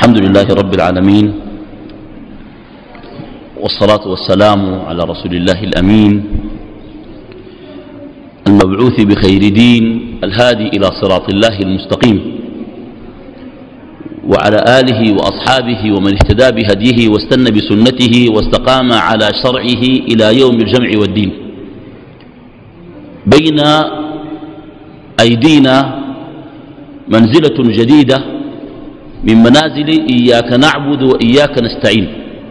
الحمد لله رب العالمين، والصلاة والسلام على رسول الله الأمين المبعوث بخير دين الهادي إلى صراط الله المستقيم، وعلى آله وأصحابه ومن اهتدى بهديه واستنى بسنته واستقام على شرعه إلى يوم الجمع والدين. بين أيدينا منزلة جديدة من منازل إياك نعبد وإياك نستعين،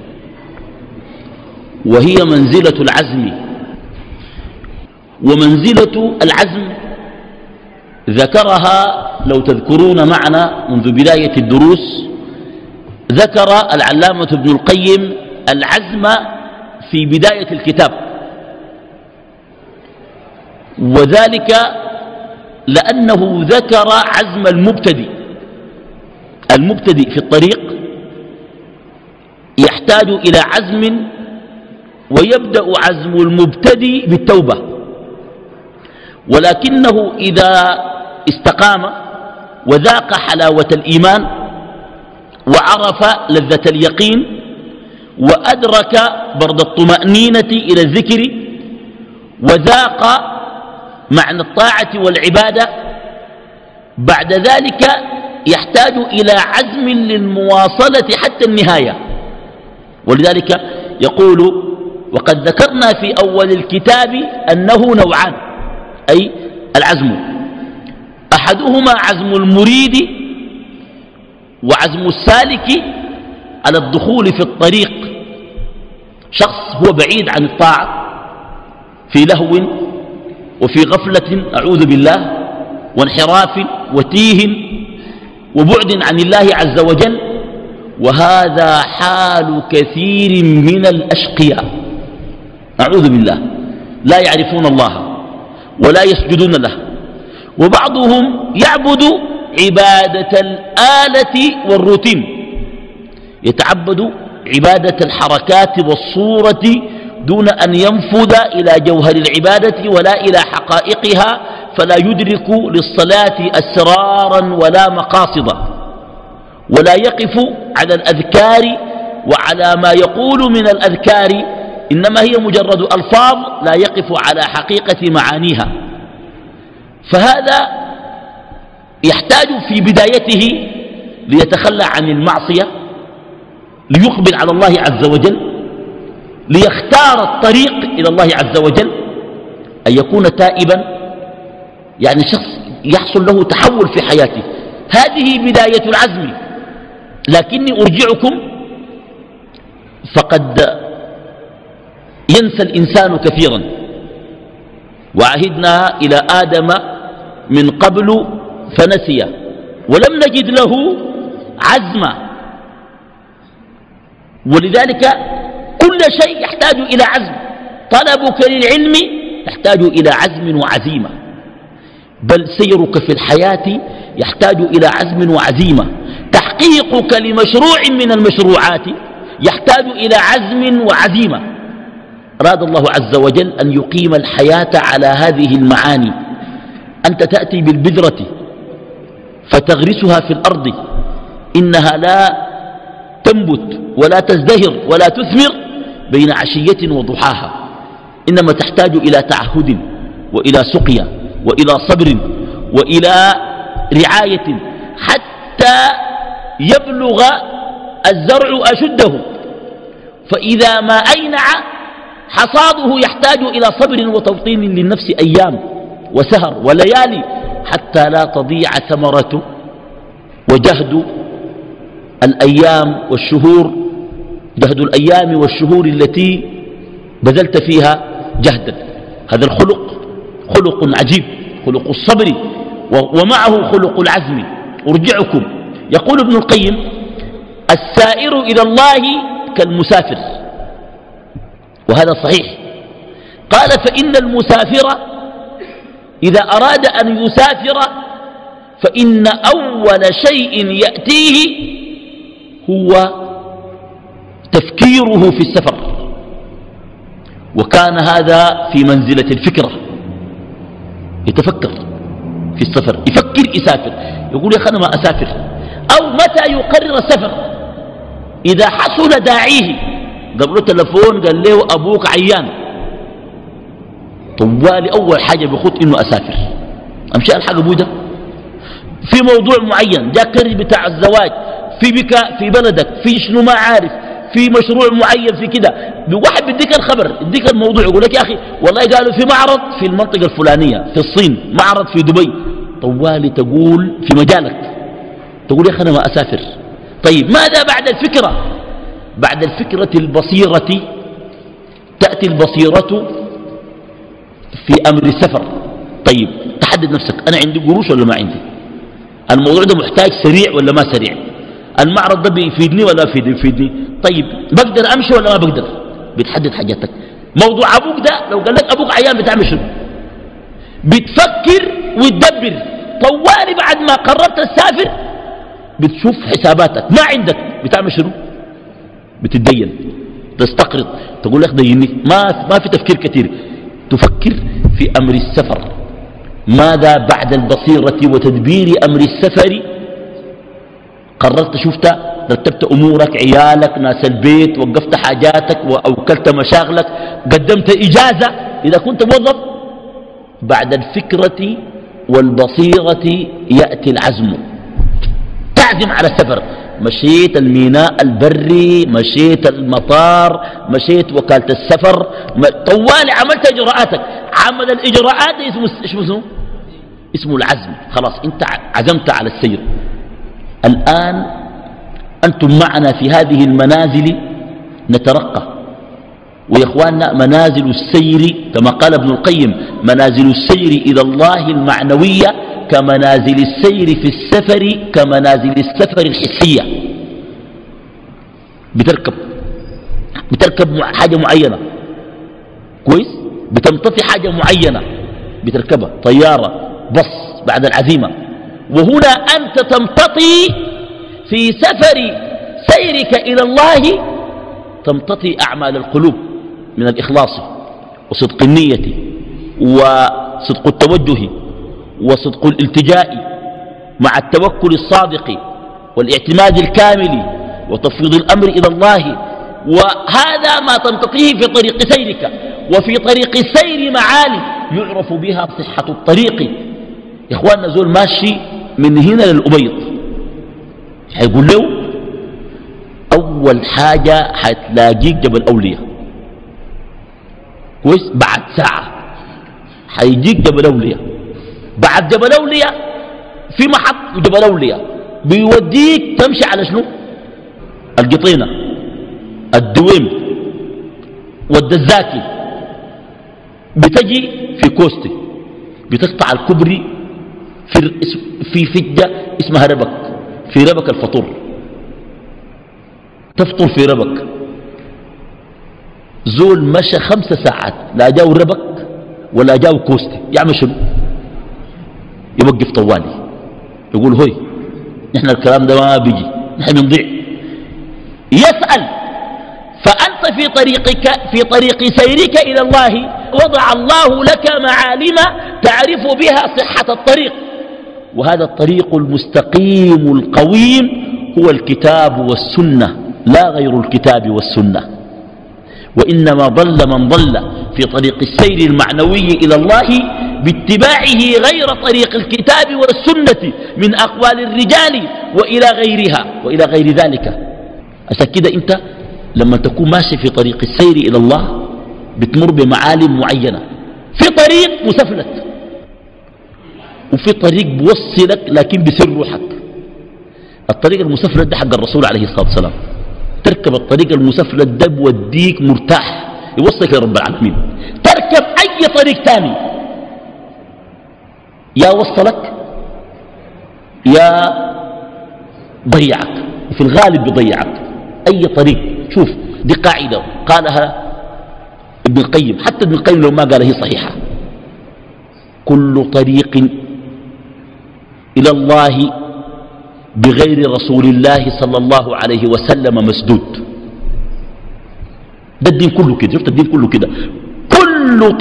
وهي منزلة العزم. ومنزلة العزم ذكرها لو تذكرون معنا منذ بداية الدروس، ذكر العلامة ابن القيم العزم في بداية الكتاب، وذلك لأنه ذكر عزم المبتدئ في الطريق يحتاج إلى عزم، ويبدأ عزم المبتدئ بالتوبة، ولكنه إذا استقام وذاق حلاوة الإيمان وعرف لذة اليقين وأدرك برد الطمأنينة إلى الذكر وذاق معنى الطاعة والعبادة، بعد ذلك يحتاج إلى عزم للمواصلة حتى النهاية. ولذلك يقول: وقد ذكرنا في أول الكتاب أنه نوعان، أي العزم، أحدهما عزم المريد وعزم السالك على الدخول في الطريق. شخص هو بعيد عن الطاعة في لهو وفي غفلة أعوذ بالله وانحراف وتيه وبعد عن الله عز وجل، وهذا حال كثير من الأشقياء أعوذ بالله، لا يعرفون الله ولا يسجدون له، وبعضهم يعبد عبادة الآلة والروتين، يتعبد عبادة الحركات والصورة دون أن ينفذ إلى جوهر العبادة ولا إلى حقائقها، فلا يدرك للصلاة أسرارا ولا مقاصدا، ولا يقف على الأذكار وعلى ما يقول من الأذكار، إنما هي مجرد ألفاظ لا يقف على حقيقة معانيها. فهذا يحتاج في بدايته ليتخلى عن المعصية، ليقبل على الله عز وجل، ليختار الطريق إلى الله عز وجل، أن يكون تائبا، يعني شخص يحصل له تحول في حياته. هذه بداية العزم. لكني أرجعكم، فقد ينسى الإنسان كثيرا، وعهدنا إلى آدم من قبل فنسي ولم نجد له عزما. ولذلك كل شيء يحتاج إلى عزم. طلبك للعلم يحتاج إلى عزم وعزيمة، بل سيرك في الحياة يحتاج إلى عزم وعزيمة. تحقيقك لمشروع من المشروعات يحتاج إلى عزم وعزيمة. أراد الله عز وجل أن يقيم الحياة على هذه المعاني. أنت تأتي بالبذرة فتغرسها في الأرض، إنها لا تنبت ولا تزدهر ولا تثمر بين عشية وضحاها، إنما تحتاج إلى تعهد وإلى سقيا وإلى صبر وإلى رعاية حتى يبلغ الزرع أشده، فإذا ما أينع حصاده يحتاج إلى صبر وتوطين للنفس أيام وسهر وليالي حتى لا تضيع ثمرته وجهد الأيام والشهور، جهد الأيام والشهور التي بذلت فيها جهدا. هذا الخلق خلق عجيب، خلق الصبر، ومعه خلق العزم. أرجعكم، يقول ابن القيم: السائر إلى الله كالمسافر، وهذا صحيح. قال: فإن المسافر إذا أراد أن يسافر فإن أول شيء يأتيه هو تفكيره في السفر، وكان هذا في منزلة الفكرة، يتفكر في السفر، يفكر يسافر، يقول يا أخي أنا ما أسافر، أو متى يقرر السفر. إذا حصل داعيه، قبل تلفون قال له أبوك عيان، طوالي أول حاجة بخط إنه أسافر، أمشي الحق أبوي ده في موضوع معين، جاء كري بتاع الزواج في بكاء في بلدك، في شنو ما عارف، في مشروع معين، في كده، واحد بيديك الخبر، يديك الموضوع، يقول لك يا أخي والله قالوا في معرض في المنطقة الفلانية في الصين، معرض في دبي، طوالي تقول في مجالك، تقول يا أخي أنا ما أسافر. طيب ماذا بعد الفكرة؟ بعد الفكرة البصيرة تأتي البصيرة في أمر السفر. طيب تحدد نفسك، أنا عندي قروش ولا ما عندي؟ الموضوع ده محتاج سريع ولا ما سريع؟ المعرض ده بيفيدني ولا بيفيدني؟ طيب بقدر أمشي ولا ما بقدر؟ بتحدد حاجاتك. موضوع أبوك ده لو قال لك أبوك عيان بتعمل شنو؟ بتفكر وتدبر. طوالي بعد ما قررت تسافر بتشوف حساباتك، ما عندك بتعمل شنو؟ بتتدين، تستقرض، تقول لك ديني، ما في تفكير كثير، تفكر في أمر السفر. ماذا بعد البصيرة وتدبير أمر السفر؟ قررت، شفت، رتبت أمورك، عيالك، ناس البيت، وقفت حاجاتك وأوكلت مشاغلك، قدمت إجازة إذا كنت موظف. بعد الفكرة والبصيرة يأتي العزم، تعزم على السفر. مشيت الميناء البري، مشيت المطار، مشيت وكالة السفر، طوالي عملت إجراءاتك. عمل الإجراءات اسمه العزم. خلاص انت عزمت على السير. الآن أنتم معنا في هذه المنازل نترقى، ويا إخواننا منازل السير كما قال ابن القيم، منازل السير إلى الله المعنوية كمنازل السير في السفر كمنازل السفر الحسية. بتركب حاجة معينة، كويس، بتمتطي حاجة معينة بتركبها، طيارة، بص، بعد العزيمة. وهنا أنت تمتطي في سفر سيرك إلى الله، تمتطي أعمال القلوب من الإخلاص وصدق النية وصدق التوجه وصدق الالتجاء مع التوكل الصادق والاعتماد الكامل وتفويض الأمر إلى الله. وهذا ما تمتطيه في طريق سيرك. وفي طريق السير معالم يعرف بها صحة الطريق. يا إخواننا زول ماشي من هنا للأبيض، حيقول له أول حاجة حتلاقيك جبل أولياء، كويس، بعد ساعة حيجيك جبل أولياء، بعد جبل أولياء في محط جبل أولياء بيوديك تمشي على شنو؟ القطينة، الدويم، والدزاكي، بتجي في كوستي، بتقطع الكبري في فجة اسمها ربك، في ربك الفطور، تفطر في ربك. زول مشى 5 ساعات لا جاو ربك ولا جاو كوستي، يعمل شنو؟ يوقف طوالي، يقول هوي نحن الكلام ده ما بيجي، نحن بنضيع. يسأل. فأنت في طريق سيرك إلى الله وضع الله لك معالم تعرف بها صحة الطريق، وهذا الطريق المستقيم القويم هو الكتاب والسنة، لا غير الكتاب والسنة. وإنما ضل من ضل في طريق السير المعنوي إلى الله باتباعه غير طريق الكتاب والسنة من أقوال الرجال وإلى غير ذلك. عشان كده أنت لما تكون ماشي في طريق السير إلى الله بتمر بمعالم معينة، في طريق مسفلت وفي طريق بوصلك لكن بسر روحك. الطريق المسفلت ده حق الرسول عليه الصلاة والسلام، تركب الطريق المسفلت ده بوديك مرتاح، يوصلك لرب العالمين. تركب أي طريق تاني يا وصلك يا ضيعك، وفي الغالب بيضيعك أي طريق. شوف دي قاعدة قالها ابن القيم، حتى ابن القيم لو ما قال هي صحيحة: كل طريق إلى الله بغير رسول الله صلى الله عليه وسلم مسدود. ده الدين كله كده، شفت الدين كله كده. كل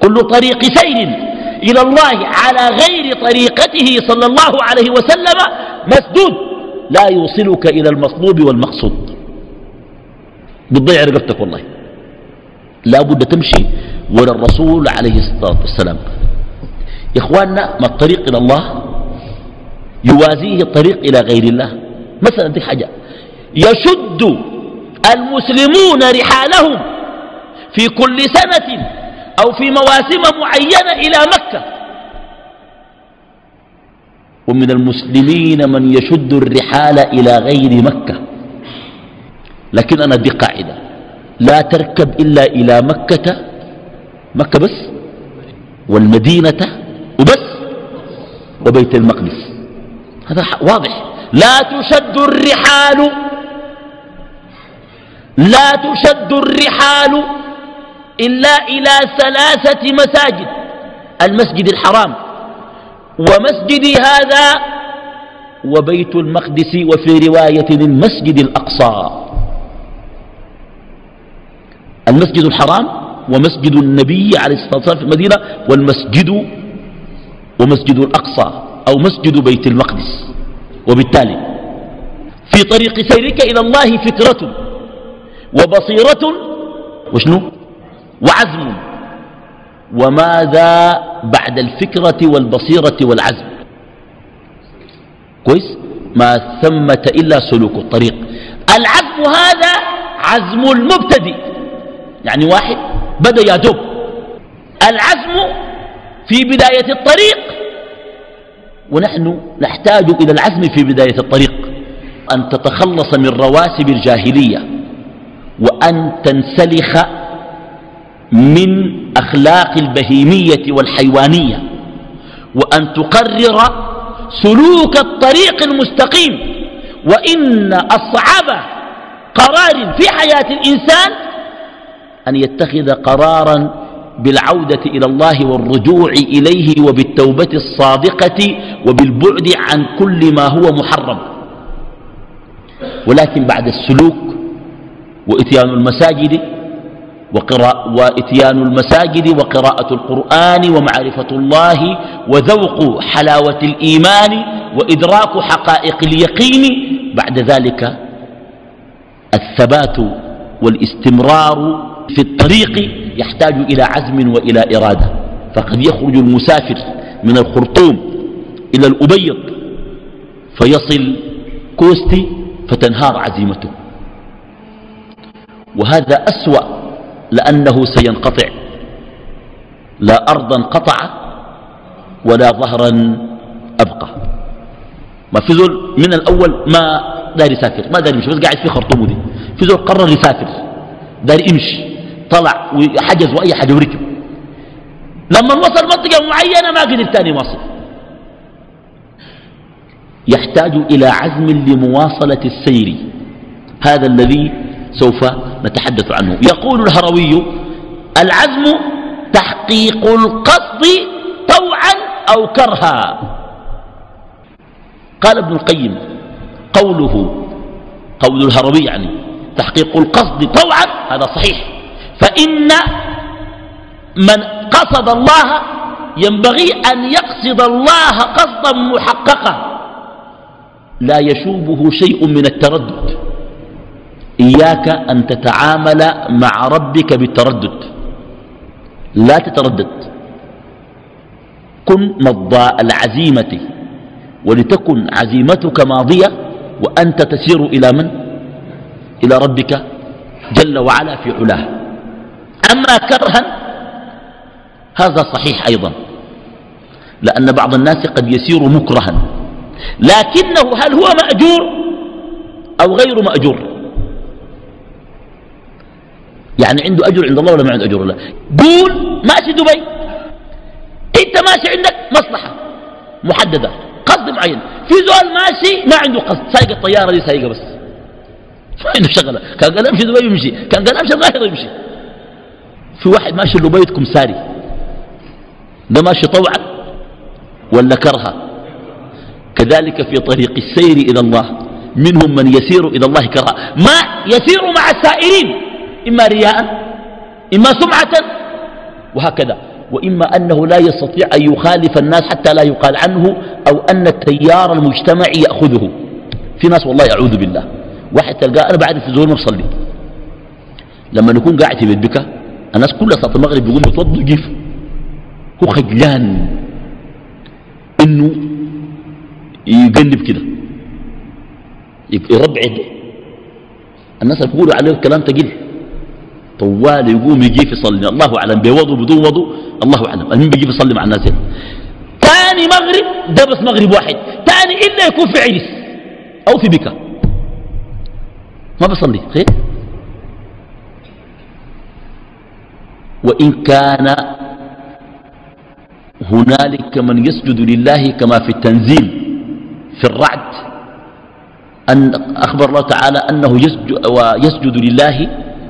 طريق سير إلى الله على غير طريقته صلى الله عليه وسلم مسدود لا يوصلك إلى المطلوب والمقصود، بتضيع رقبتك والله. لا بد تمشي وراء الرسول عليه الصلاة والسلام. يا إخواننا، ما الطريق إلى الله يوازيه الطريق إلى غير الله. مثلا دي حاجة، يشد المسلمون رحالهم في كل سنة أو في مواسم معينة إلى مكة، ومن المسلمين من يشد الرحال إلى غير مكة. لكن أنا دي قاعدة، لا تركب إلا إلى مكة بس، والمدينة وبس، وبيت المقدس. هذا واضح. لا تشد الرحال إلا إلى 3 مساجد: المسجد الحرام، ومسجدي هذا، وبيت المقدس، وفي رواية المسجد الأقصى. المسجد الحرام ومسجد النبي عليه الصلاة والسلام في المدينة، ومسجد الأقصى أو مسجد بيت المقدس. وبالتالي في طريق سيرك إلى الله فكرة وبصيرة وشنو وعزم. وماذا بعد الفكرة والبصيرة والعزم؟ كويس؟ ما ثمة إلا سلوك الطريق. العزم هذا عزم المبتدئ، يعني واحد بدأ يدوب. العزم في بداية الطريق، ونحن نحتاج إلى العزم في بداية الطريق، أن تتخلص من رواسب الجاهلية، وأن تنسلخ من أخلاق البهيمية والحيوانية، وأن تقرر سلوك الطريق المستقيم. وإن أصعب قرار في حياة الإنسان أن يتخذ قرارا بالعودة إلى الله والرجوع إليه، وبالتوبة الصادقة، وبالبعد عن كل ما هو محرم. ولكن بعد السلوك وإتيان المساجد وقراءة القرآن ومعرفة الله وذوق حلاوة الإيمان وإدراك حقائق اليقين، بعد ذلك الثبات والاستمرار في الطريق يحتاج إلى عزم وإلى إرادة. فقد يخرج المسافر من الخرطوم إلى الأبيض فيصل كوستي فتنهار عزيمته، وهذا أسوأ، لأنه سينقطع. لا أرضا قطع ولا ظهرا أبقى. ما في زول من الأول ما دار يسافر، ما دار يمشي، بس قاعد في خرطومه دي. في زول قرر يسافر، دار يمشي، طلع وحجز وأي حاجة وركب. لما وصل منطقة معينة ما قدر تاني واصل. يحتاج إلى عزم لمواصلة السير، هذا الذي سوف نتحدث عنه. يقول الهروي: العزم تحقيق القصد طوعا أو كرها. قال ابن القيم: قول الهروي يعني تحقيق القصد طوعا، هذا صحيح. فإن من قصد الله ينبغي أن يقصد الله قصدا محققا لا يشوبه شيء من التردد. إياك أن تتعامل مع ربك بالتردد، لا تتردد. كن مضاء العزيمة، ولتكن عزيمتك ماضية وأنت تسير إلى من؟ إلى ربك جل وعلا في علاه. أما كرها هذا صحيح أيضا، لأن بعض الناس قد يسير مكرها، لكنه هل هو مأجور أو غير مأجور؟ يعني عنده أجر عند الله ولا ما عنده أجر الله؟ قول ماشي دبي، أنت ماشي عندك مصلحة محددة، قصد معين. في زول ماشي ما عنده قصد، سايق الطيارة دي سايقة بس ما عنده شغلة. كان قال امشي دبي يمشي، كان قال امشي القاهرة يمشي. في واحد ماشي لبيت كمساري، ده ماشي طوعا ولا كرها؟ كذلك في طريق السير إلى الله منهم من يسير إلى الله كرها، ما يسير مع السائرين، إما رياء إما سمعة وهكذا. وإما أنه لا يستطيع أن يخالف الناس حتى لا يقال عنه، أو أن التيار المجتمعي يأخذه. في ناس والله أعوذ بالله، واحد تلقاه أنا بعرف في زول ما بصلي، لما نكون قاعد في بيت بكا الناس كلها صلاة المغرب بيقوم بتوضوا يجيف، هو خجلان إنه يقلب كده يربع يده. الناس يقولوا عليه الكلام تقيل، طوال يقوم يجي يصلي، الله أعلم بوضو بدون وضو الله أعلم، المين بيجي يصلي مع الناس. تاني مغرب ده بس مغرب واحد، تاني إلا يكون في عرس أو في بكا ما بصلي خير. وإن كان هنالك من يسجد لله كما في التنزيل في الرعد، أن أخبر الله تعالى أنه يسجد لله،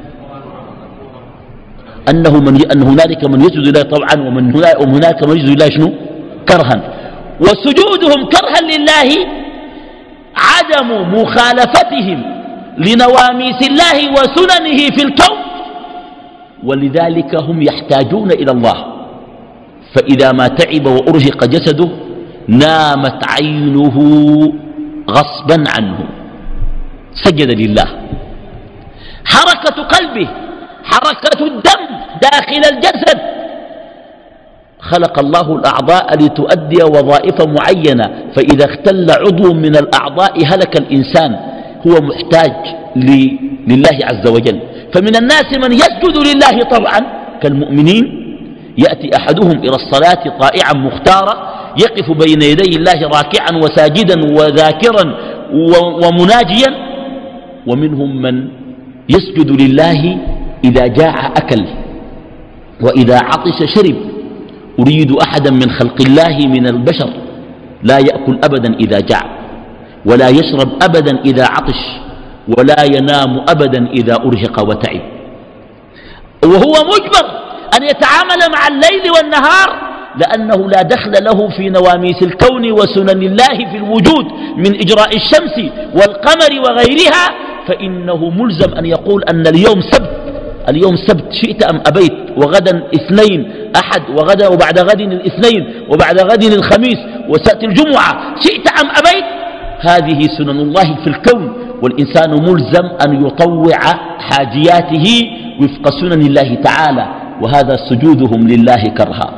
أن هنالك من يسجد لله طبعا، وهناك من يسجد لله شنو كرها. وسجودهم كرها لله عدم مخالفتهم لنواميس الله وسننه في الكون، ولذلك هم يحتاجون إلى الله. فإذا ما تعب وأرهق جسده نامت عينه غصبا عنه، سجد لله. حركة قلبه، حركة الدم داخل الجسد، خلق الله الأعضاء لتؤدي وظائف معينة، فإذا اختل عضو من الأعضاء هلك الإنسان، هو محتاج لله عز وجل. فمن الناس من يسجد لله طبعا كالمؤمنين، يأتي أحدهم إلى الصلاة طائعا مختارا، يقف بين يدي الله راكعا وساجدا وذاكرا ومناجيا. ومنهم من يسجد لله إذا جاع أكل، وإذا عطش شرب. أريد أحدا من خلق الله من البشر لا يأكل أبدا إذا جاع، ولا يشرب أبدا إذا عطش، ولا ينام أبدا إذا أرهق وتعب، وهو مجبر أن يتعامل مع الليل والنهار، لأنه لا دخل له في نواميس الكون وسنن الله في الوجود من إجراء الشمس والقمر وغيرها، فإنه ملزم أن يقول أن اليوم سبت شئت أم أبيت، وغدا اثنين أحد، وغدا وبعد غد الاثنين، وبعد غد الخميس، وسأتي الجمعة شئت أم أبيت. هذه سنن الله في الكون، والإنسان ملزم أن يطوع حاجياته وفق سنن الله تعالى، وهذا سجودهم لله كرها.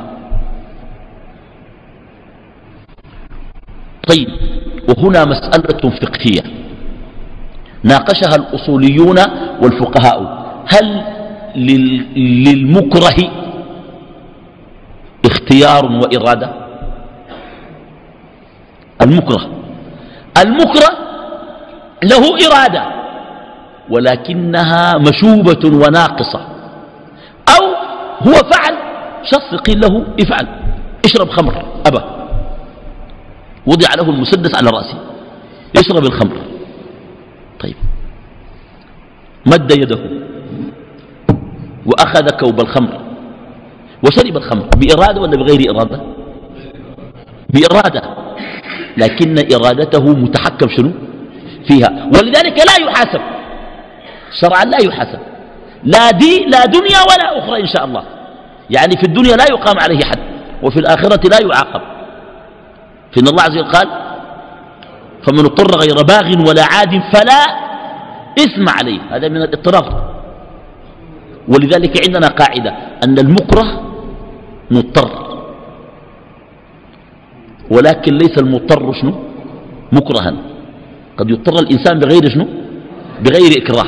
طيب، وهنا مسألة فقهية ناقشها الأصوليون والفقهاء. هل للمكره اختيار وإرادة؟ المكره له إرادة، ولكنها مشوبة وناقصة، أو هو فعل، شخص قيل له افعل اشرب خمر أبى، وضع له المسدس على رأسه يشرب الخمر. طيب، مد يده وأخذ كوب الخمر وشرب الخمر بإرادة ولا بغير إرادة؟ بإرادة، لكن إرادته متحكم شنو فيها، ولذلك لا يحاسب شرعا، لا يحاسب لا دنيا ولا أخرى إن شاء الله. يعني في الدنيا لا يقام عليه حد، وفي الآخرة لا يعاقب. فإن الله عز وجل قال: فمن اضطر غير باغ ولا عاد فلا إثم عليه. هذا من الاضطرار. ولذلك عندنا قاعدة أن المكره مضطر، ولكن ليس المضطر شنو مكرها. قد يضطر الإنسان بغير شنو بغير إكراه.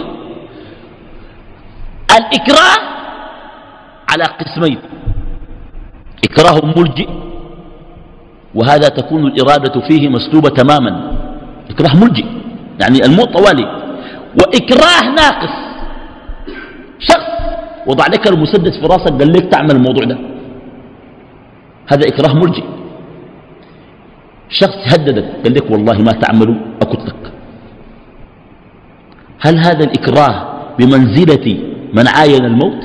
الإكراه على قسمين: إكراه ملجئ، وهذا تكون الإرادة فيه مسلوبة تماما، إكراه ملجئ يعني الموت طوالي. وإكراه ناقص، شخص وضع لك المسدس في راسك قال لك تعمل الموضوع ده، هذا إكراه ملجئ. شخص هددك قال لك والله ما تعملوا أقتلك. هل هذا الإكراه بمنزلة من عاين الموت؟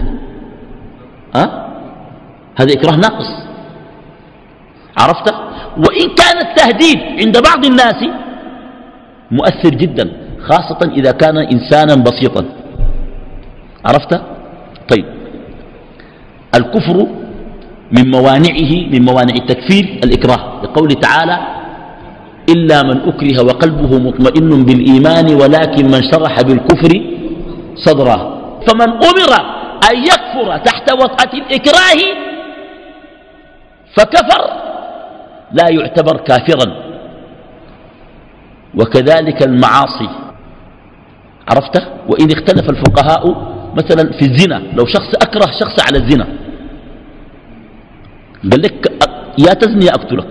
هذا إكراه ناقص، عرفت؟ وإن كان التهديد عند بعض الناس مؤثر جدا، خاصة إذا كان إنسانا بسيطا، عرفت؟ طيب، الكفر من موانع التكفير الإكراه، لقوله تعالى إلا من أكره وقلبه مطمئن بالإيمان ولكن من شرح بالكفر صدره. فمن أمر أن يكفر تحت وطأة الإكراه فكفر لا يعتبر كافرا. وكذلك المعاصي، عرفته؟ وإن اختلف الفقهاء مثلا في الزنا، لو شخص أكره شخص على الزنا قال لك يا تزني يا أقتلك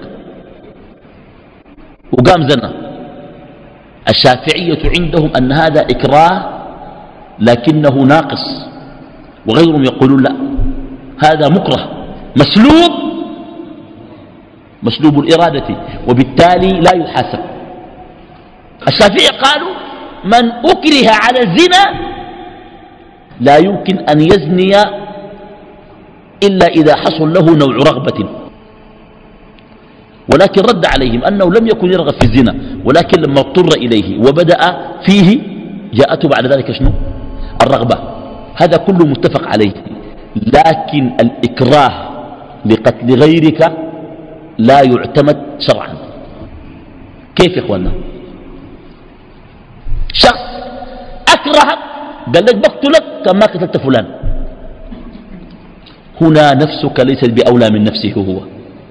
وقام زنا، الشافعية عندهم أن هذا إكراه لكنه ناقص، وغيرهم يقولون لا، هذا مكره مسلوب الإرادة وبالتالي لا يحاسب. الشافعية قالوا من أكره على الزنا لا يمكن أن يزني إلا إذا حصل له نوع رغبة، ولكن رد عليهم أنه لم يكن يرغب في الزنا، ولكن لما اضطر إليه وبدأ فيه جاءته بعد ذلك شنو؟ الرغبة. هذا كله متفق عليه. لكن الإكراه لقتل غيرك لا يعتمد شرعا. كيف يا إخواننا؟ شخص أكرهك قال لك بقتلك كما قتلت فلان، هنا نفسك ليست بأولى من نفسه هو.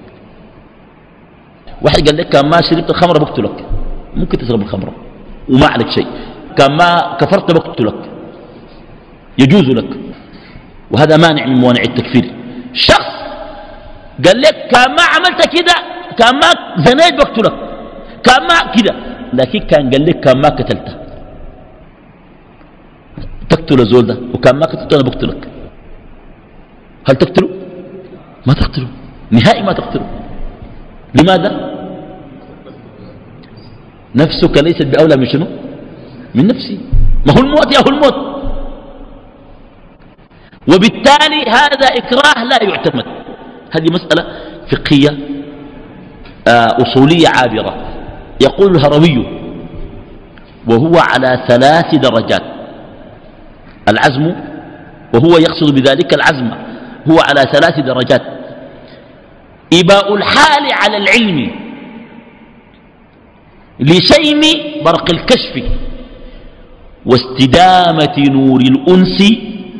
واحد قال لك كما شربت الخمر بقتلك، ممكن تشرب الخمر وما عليك شيء، كما كفرت بقتلك، يجوز لك، وهذا مانع من موانع التكفير. شخص قال لك كما عملت كده كما زنيت بقتلك كما كده، لكن كان قال لك كما قتلته تقتل الزول ده، وكان ما قتلته أنا بقتلك، هل تقتله؟ ما تقتله نهائي، ما تقتله. لماذا؟ نفسك ليست بأولى من شنو؟ من نفسي، ما هو الموت يا هو الموت. وبالتالي هذا إكراه لا يعتمد. هذه مسألة فقهية أصولية عابرة. يقول الهروي وهو على 3 درجات العزم، وهو يقصد بذلك العزم، هو على 3 درجات: إباء الحال على العلم لشيم برق الكشف واستدامة نور الأنس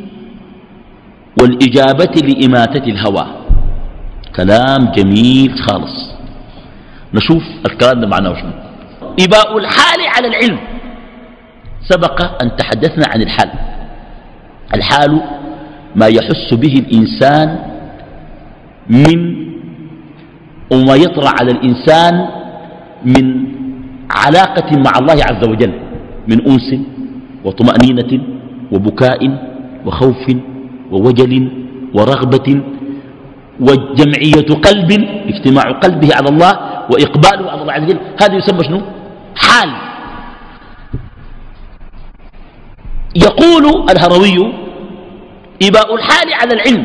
والإجابة لإماتة الهوى. كلام جميل خالص. نشوف الكلام ده معناه شنو. إباء الحال على العلم، سبق أن تحدثنا عن الحال. الحال ما يحس به الإنسان وما يطرأ على الإنسان من علاقة مع الله عز وجل، من أنس وطمأنينة وبكاء وخوف ووجل ورغبة وجمعية قلب، اجتماع قلبه على الله وإقباله على الله عز وجل. هذا يسمى شنو؟ حال. يقول الهروي إباء الحال على العلم.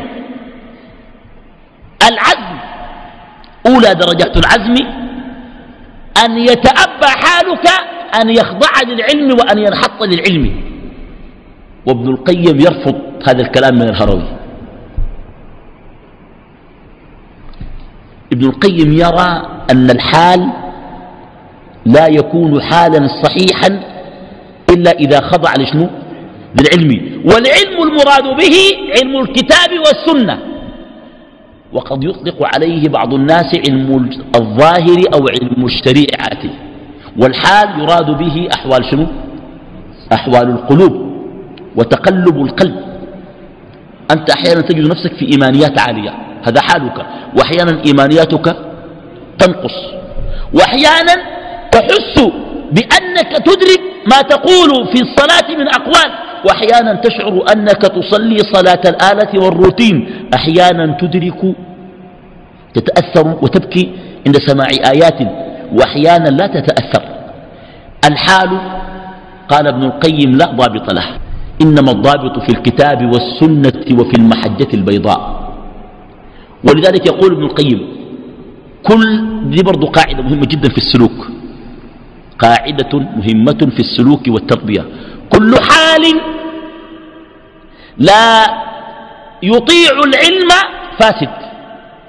العزم، أولى درجات العزم أن يتأبى حالك أن يخضع للعلم وأن ينحط للعلم. وابن القيم يرفض هذا الكلام من الهروي. ابن القيم يرى أن الحال لا يكون حالا صحيحا إلا إذا خضع لشنو؟ للعلم. والعلم المراد به علم الكتاب والسنة، وقد يطلق عليه بعض الناس علم الظاهر أو علم الشريعة. والحال يراد به أحوال شنو؟ أحوال القلوب وتقلب القلب. أنت أحيانا تجد نفسك في إيمانيات عالية، هذا حالك، وأحيانا إيمانياتك تنقص، وأحيانا تحس بأنك تدرك ما تقول في الصلاة من أقوال، وأحيانا تشعر أنك تصلي صلاة الآلة والروتين، أحيانا تدرك تتأثر وتبكي عند سماع آيات، وأحيانا لا تتأثر. الحال قال ابن القيم لا ضابط له، إنما الضابط في الكتاب والسنة وفي المحجة البيضاء. ولذلك يقول ابن القيم دي برضو قاعدة مهمة جدا في السلوك، قاعدة مهمة في السلوك والتربية: كل حال لا يطيع العلم فاسد.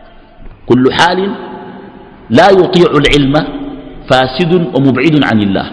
كل حال لا يطيع العلم فاسد ومبعد عن الله.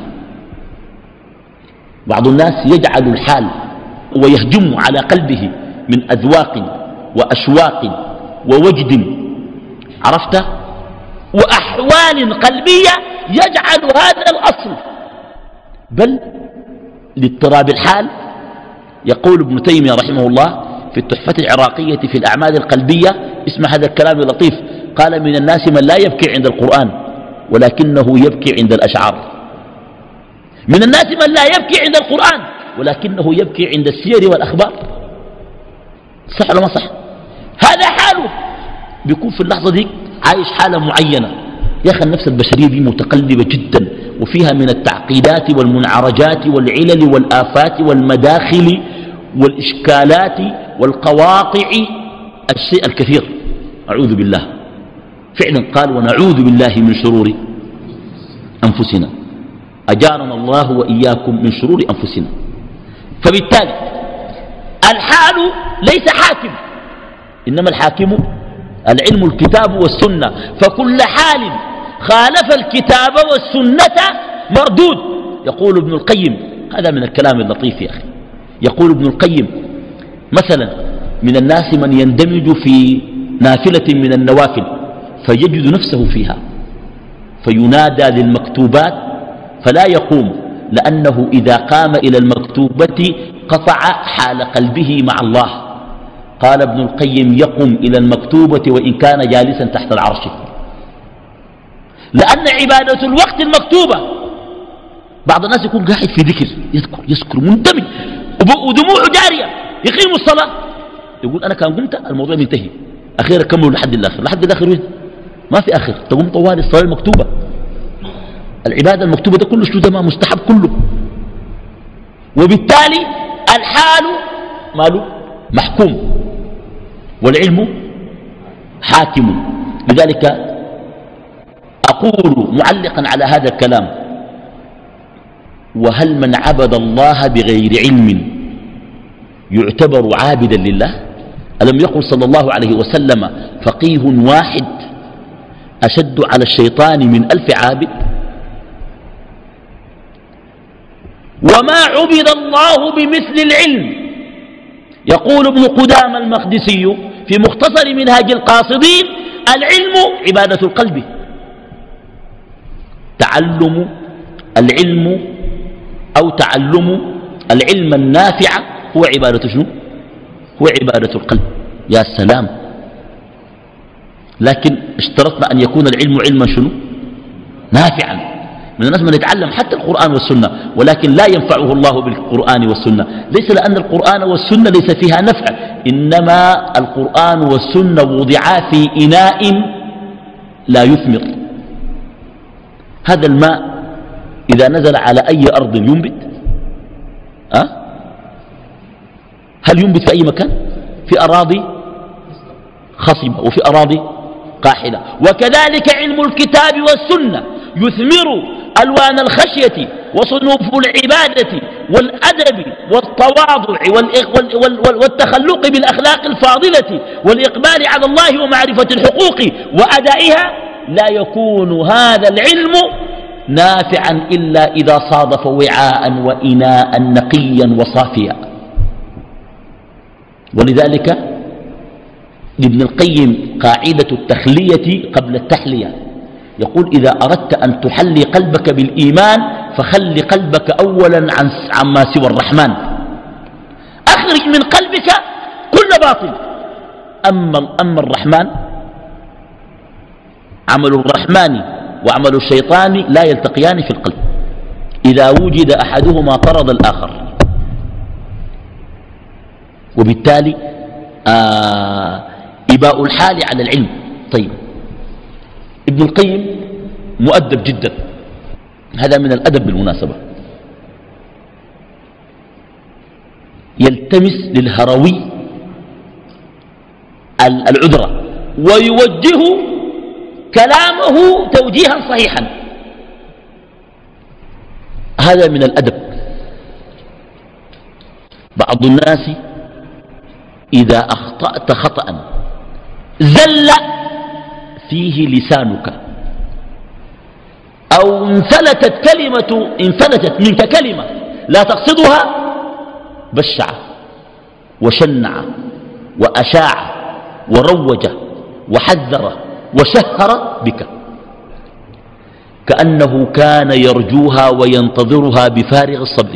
بعض الناس يجعل الحال ويهجم على قلبه من أذواق وأشواق ووجد، عرفت، وأحوال قلبية يجعل هذا الأصل، بل لاضطراب الحال. يقول ابن تيمية رحمه الله في التحفة العراقية في الأعمال القلبية، اسمع هذا الكلام اللطيف، قال: من الناس من لا يبكي عند القرآن ولكنه يبكي عند الأشعار. من الناس من لا يبكي عند القرآن ولكنه يبكي عند السير والأخبار. صح ولا ما صح؟ هذا حاله، بيكون في اللحظة دي عايش حالة معينة. يا أخي النفس البشرية دي متقلبة جدا، وفيها من التعقيدات والمنعرجات والعلل والآفات والمداخل والإشكالات والقواطع الشيء الكثير. أعوذ بالله، فعلا قال: ونعوذ بالله من شرور أنفسنا، أجارنا الله وإياكم من شرور أنفسنا. فبالتالي الحال ليس حاكم، إنما الحاكم العلم، الكتاب والسنة. فكل حال خالف الكتاب والسنة مردود. يقول ابن القيم، هذا من الكلام اللطيف يا أخي، يقول ابن القيم: مثلا من الناس من يندمج في نافلة من النوافل فيجد نفسه فيها، فينادى للمكتوبات فلا يقوم، لأنه إذا قام إلى المكتوبة قطع حال قلبه مع الله. قال ابن القيم: يقوم إلى المكتوبة وإن كان جالسا تحت العرش، لأن عبادة الوقت المكتوبة. بعض الناس يكون قاعد في ذكر، يذكر مندمج ودموعه جارية، يقيم الصلاة، يقول: أنا كان قمت الموضوع منتهي، أخيرا كملوا لحد الآخر. لحد الآخر وين؟ ما في آخر، تقوم طوال الصلاة المكتوبة. العبادة المكتوبة ده كله شنو؟ ده ما مستحب كله. وبالتالي الحال ماله محكوم والعلم حاكم. لذلك أقول معلقا على هذا الكلام: وهل من عبد الله بغير علم يعتبر عابدا لله؟ ألم يقل صلى الله عليه وسلم: فقيه واحد أشد على الشيطان من 1000 عابد؟ وما عبد الله بمثل العلم. يقول ابن قدامة المقدسي في مختصر منهاج القاصدين: العلم عبادة القلب. تعلم العلم أو تعلم العلم النافع هو عبادة شنو؟ هو عبادة القلب. يا سلام! لكن اشترطنا أن يكون العلم علما شنو؟ نافعا. من الناس من يتعلم حتى القرآن والسنة ولكن لا ينفعه الله بالقرآن والسنة، ليس لأن القرآن والسنة ليس فيها نفع، إنما القرآن والسنة وضعا في إناء لا يثمر. هذا الماء إذا نزل على أي أرض ينبت؟ هل ينبت في أي مكان؟ في أراضي خصبة وفي أراضي قاحلة. وكذلك علم الكتاب والسنة يثمر ألوان الخشية وصنوف العبادة والأدب والتواضع والتخلق بالأخلاق الفاضلة والإقبال على الله ومعرفة الحقوق وأدائها. لا يكون هذا العلم نافعا إلا إذا صادف وعاء وإناء نقيا وصافيا. ولذلك لابن القيم قاعدة التخلية قبل التحلية، يقول: إذا أردت أن تحلي قلبك بالإيمان فخلي قلبك أولا عما سوى الرحمن، أخرج من قلبك كل باطل. أما الرحمن، عمل الرحمن وعمل الشيطان لا يلتقيان في القلب، إذا وجد أحدهما طرد الآخر. وبالتالي إباء الحال على العلم. طيب، ابن القيم مؤدب جدا، هذا من الأدب بالمناسبة، يلتمس للهروي العذرة ويوجه كلامه توجيها صحيحا، هذا من الأدب. بعض الناس إذا أخطأت خطأ زل فيه لسانك أو انفلتت منك كلمة لا تقصدها بشع وشنع وأشاع وروج وحذر وشهر بك كأنه كان يرجوها وينتظرها بفارغ الصبر.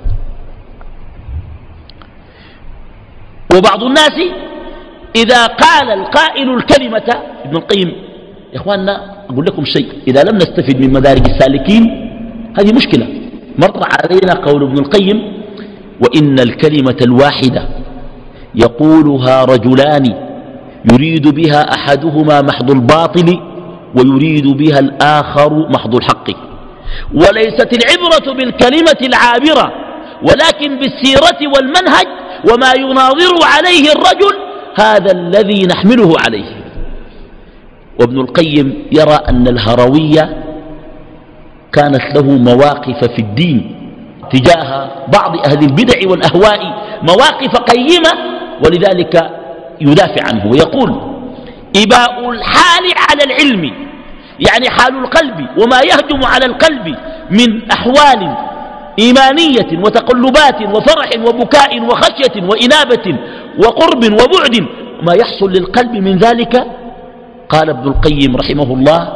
وبعض الناس إذا قال القائل الكلمة، ابن القيم يا إخواننا أقول لكم شيء، إذا لم نستفد من مدارج السالكين هذه مشكلة. مر علينا قول ابن القيم: وإن الكلمة الواحدة يقولها رجلان يريد بها أحدهما محض الباطل ويريد بها الآخر محض الحق، وليست العبرة بالكلمة العابرة ولكن بالسيرة والمنهج وما يناظر عليه الرجل، هذا الذي نحمله عليه. وابن القيم يرى أن الهروية كانت له مواقف في الدين تجاه بعض أهل البدع والأهواء، مواقف قيمة، ولذلك يدافع عنه ويقول: إباء الحال على العلم، يعني حال القلب وما يهجم على القلب من أحوال إيمانية وتقلبات وفرح وبكاء وخشية وإنابة وقرب وبعد، ما يحصل للقلب من ذلك. قال ابن القيم رحمه الله: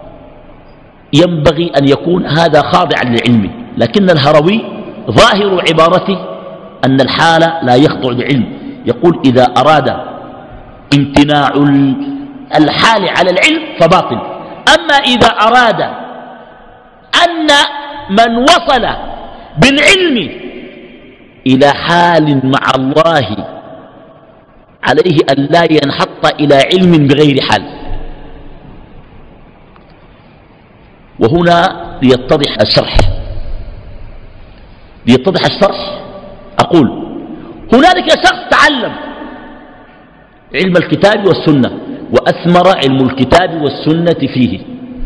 ينبغي أن يكون هذا خاضعا للعلم، لكن الهروي ظاهر عبارته أن الحال لا يخضع للعلم. يقول: إذا أراد امتناع الحال على العلم فباطل، أما إذا أراد أن من وصل بالعلم إلى حال مع الله عليه أن لا ينحط إلى علم بغير حال. وهنا ليتضح الشرح أقول: هنالك شخص تعلم علم الكتاب والسنة وأثمر علم الكتاب والسنة فيه.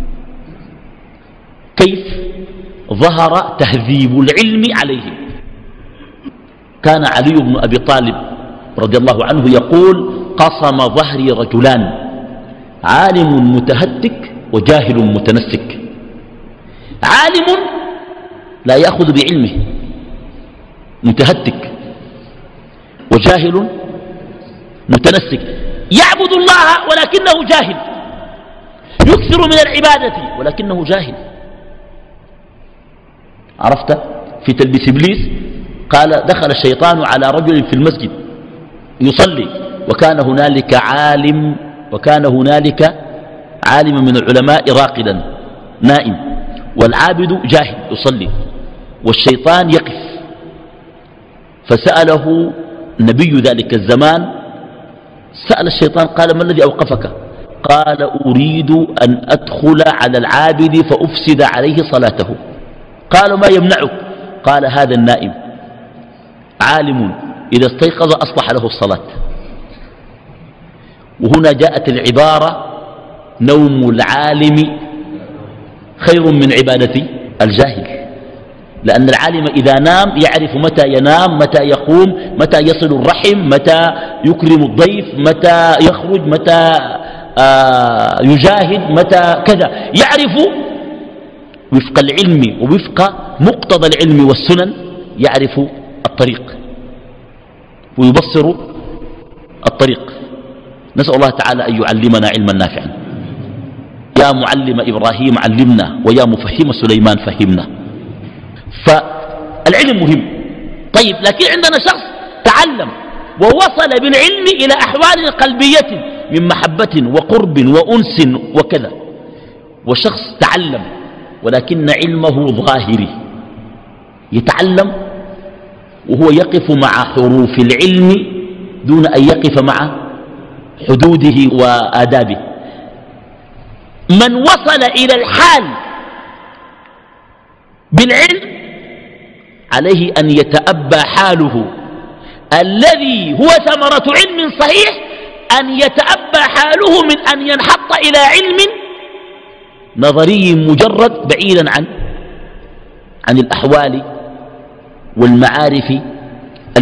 كيف ظهر تهذيب العلم عليه؟ كان علي بن أبي طالب رضي الله عنه يقول: قصم ظهري رجلان، عالم متهتك وجاهل متنسك. عالم لا يأخذ بعلمه متهتك، وجاهل متنسك يعبد الله ولكنه جاهل، يكثر من العبادة ولكنه جاهل. عرفت؟ في تلبيس إبليس قال: دخل الشيطان على رجل في المسجد يصلي وكان هنالك عالم من العلماء راقدا نائم، والعابد جاهل يصلي، والشيطان يقف. فسأله نبي ذلك الزمان، سأل الشيطان قال: ما الذي أوقفك؟ قال: أريد أن أدخل على العابد فأفسد عليه صلاته. قالوا: ما يمنعك؟ قال: هذا النائم عالم إذا استيقظ أصلح له الصلاة. وهنا جاءت العبارة: نوم العالم خير من عبادة الجاهل، لأن العالم إذا نام يعرف متى ينام، متى يقوم، متى يصل الرحم، متى يكرم الضيف، متى يخرج، متى يجاهد، متى كذا، يعرف وفق العلم ووفق مقتضى العلم والسنن، يعرف الطريق ويبصر الطريق. نسأل الله تعالى أن يعلمنا علما نافعا. يا معلم إبراهيم علمنا، ويا مفهم سليمان فهمنا. فالعلم مهم. طيب، لكن عندنا شخص تعلم ووصل بالعلم إلى أحوال قلبية من محبة وقرب وأنس وكذا، وشخص تعلم ولكن علمه ظاهري، يتعلم وهو يقف مع حروف العلم دون أن يقف مع حدوده وآدابه. من وصل إلى الحال بالعلم عليه أن يتأبى حاله الذي هو ثمرة علم صحيح، أن يتأبى حاله من أن ينحط إلى علم نظري مجرد بعيدا عن الأحوال والمعارف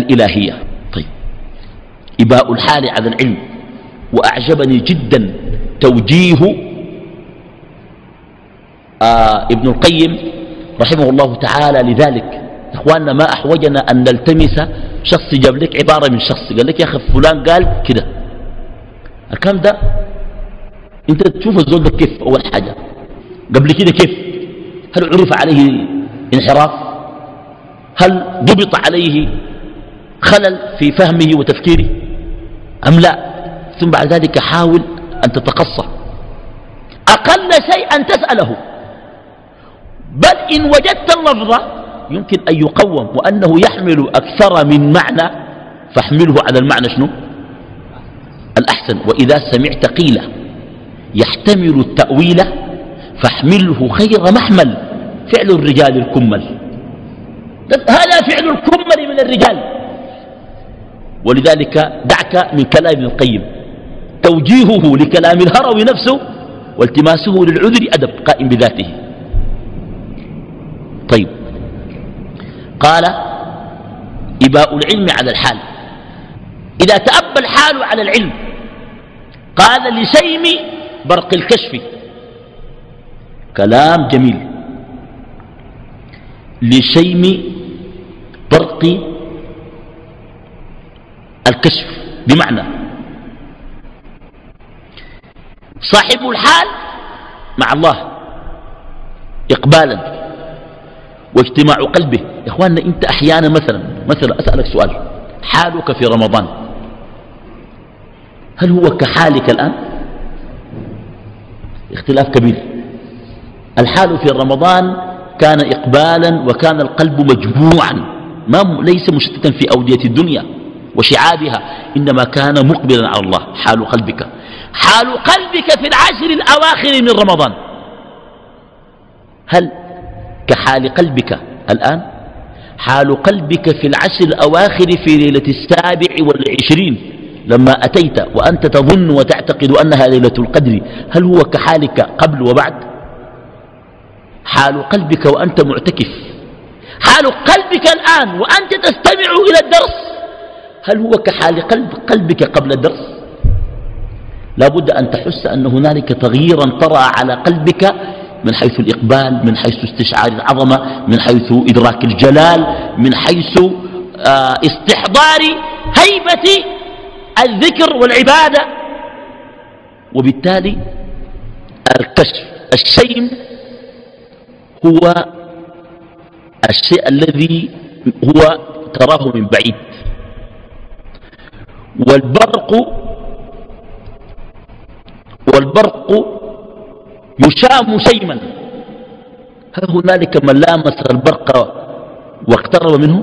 الإلهية. طيب، إباء الحال على العلم. وأعجبني جدا توجيه ابن القيم رحمه الله تعالى لذلك. إخواننا ما أحوجنا أن نلتمس شخص جاب لك عبارة من شخص قال لك يا أخي فلان قال كده، الكلام ده أنت تشوف الزول ده كيف. أول حاجة قبل كده كيف؟ هل عرف عليه انحراف؟ هل ضبط عليه خلل في فهمه وتفكيره أم لا؟ ثم بعد ذلك حاول أن تتقصى، أقل شيء أن تسأله. بل إن وجدت اللفظ يمكن أن يقوم وأنه يحمل أكثر من معنى فاحمله على المعنى شنو الأحسن. وإذا سمعت قيل يحتمل التأويل فاحمله خير محمل، فعل الرجال الكمل، هذا فعل الكمل من الرجال. ولذلك دعك من كلام ابن القيم، توجيهه لكلام الهروي نفسه والتماسه للعذر أدب قائم بذاته. طيب، قال إباء العلم على الحال، إذا تأبى الحال على العلم. قال لسيم برق الكشف، كلام جميل، لشيم برق الكشف، بمعنى صاحب الحال مع الله إقبالا واجتماع قلبه. يا إخواننا أنت أحيانا مثلا أسألك سؤال، حالك في رمضان هل هو كحالك الآن؟ اختلاف كبير. الحال في رمضان كان إقبالا وكان القلب مجموعا، ليس مشتتا في أودية الدنيا وشعابها، إنما كان مقبلا على الله. حال قلبك في العشر الأواخر من رمضان هل كحال قلبك الآن؟ حال قلبك في العشر الأواخر في ليلة 27 لما أتيت وأنت تظن وتعتقد أنها ليلة القدر، هل هو كحالك قبل وبعد؟ حال قلبك وأنت معتكف، حال قلبك الآن وأنت تستمع إلى الدرس، هل هو كحال قلبك قبل الدرس؟ لا بد أن تحس أن هنالك تغييرا طرأ على قلبك من حيث الإقبال، من حيث استشعار العظمة، من حيث إدراك الجلال، من حيث استحضار هيبة الذكر والعبادة. وبالتالي الكشف الشيم هو الشيء الذي هو تراه من بعيد، والبرق يشام شيما. هل هنالك من لامس البرق واقترب منه؟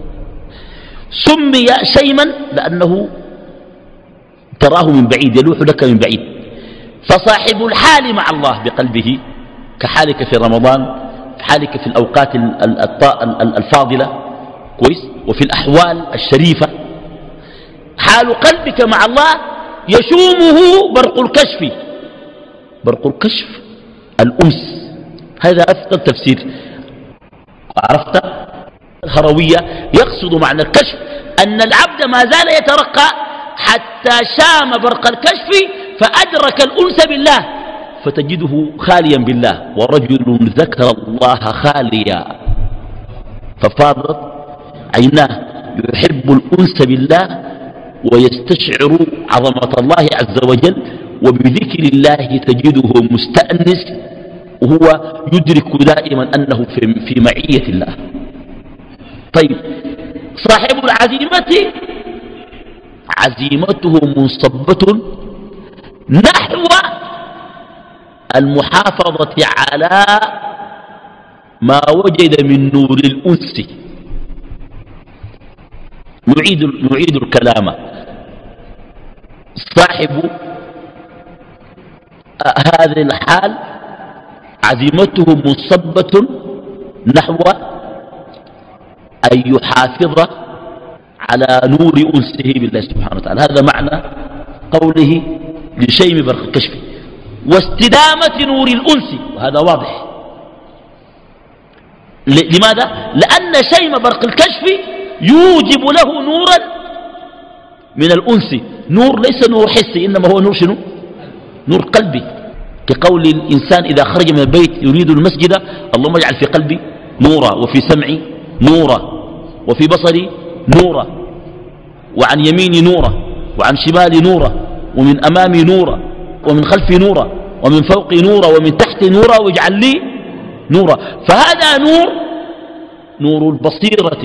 سمي شيما لأنه تراه من بعيد، يلوح لك من بعيد. فصاحب الحال مع الله بقلبه كحالك في رمضان، حالك في الأوقات الفاضلة كويس، وفي الأحوال الشريفة. حال قلبك مع الله يشومه برق الكشف. برق الكشف الأنس، هذا أفضل تفسير. عرفت؟ الهروية يقصد معنى الكشف أن العبد ما زال يترقى حتى شام برق الكشف فأدرك الأنس بالله، فتجده خاليا بالله. ورجل ذكر الله خاليا ففاضت عيناه، يحب الأنس بالله ويستشعر عظمة الله عز وجل، وبذكر الله تجده مستأنس، وهو يدرك دائما أنه في معية الله. طيب، صاحب العزيمة عزيمته منصبة نحو المحافظة على ما وجد من نور الأنس. نعيد الكلام. صاحب هذه الحال عزيمته منصبة نحو أن يحافظ على نور أنسه بالله سبحانه وتعالى. هذا معنى قوله لشيم برق الكشف واستدامة نور الأنس، وهذا واضح. لماذا؟ لأن شيم برق الكشف يوجب له نورا من الأنس. نور ليس نور حسي، إنما هو نور شنو؟ نور قلبي، كقول الإنسان إذا خرج من البيت يريد المسجد: اللهم اجعل في قلبي نورا، وفي سمعي نورا، وفي بصري نورا، وعن يميني نورا، وعن شمالي نورا، ومن أمامي نورا، ومن خلفي نورا، ومن فوقي نورا، ومن تحتي نورا، واجعل لي نورا. فهذا نور البصيرة،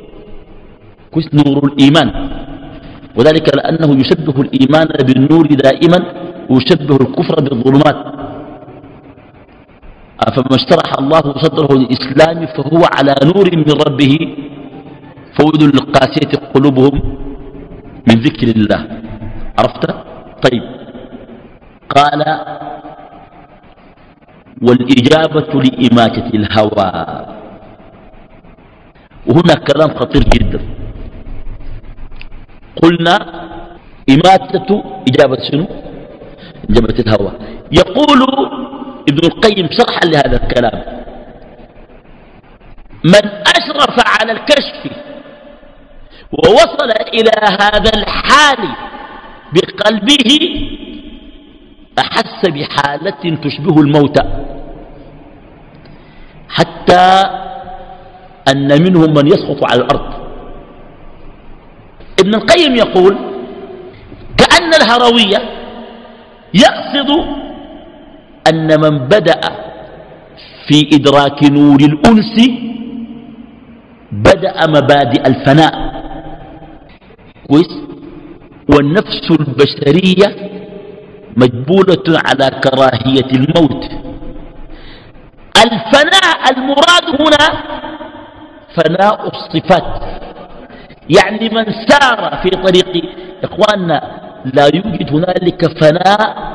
نور الإيمان، وذلك لأنه يشبه الإيمان بالنور دائما ويشبه الكفر بالظلمات. فما اشترح الله صدره للإسلام فهو على نور من ربه، فويل للقاسية قلوبهم من ذكر الله. عرفت؟ طيب، قال: والإجابة لإماتة الهوى. وهنا كلام خطير جدا. قلنا إماتة إجابة شنو؟ إجابة الهوى. يقول ابن القيم شرحا لهذا الكلام: من أشرف على الكشف ووصل إلى هذا الحال بقلبه أحس بحالة تشبه الموت، حتى أن منهم من يسقط على الأرض. ابن القيم يقول: كأن الهروية يقصد أن من بدأ في إدراك نور الأنس بدأ مبادئ الفناء، والنفس البشرية مجبولة على كراهية الموت. الفناء المراد هنا فناء الصفات، يعني من سار في طريق إخواننا لا يوجد هنالك فناء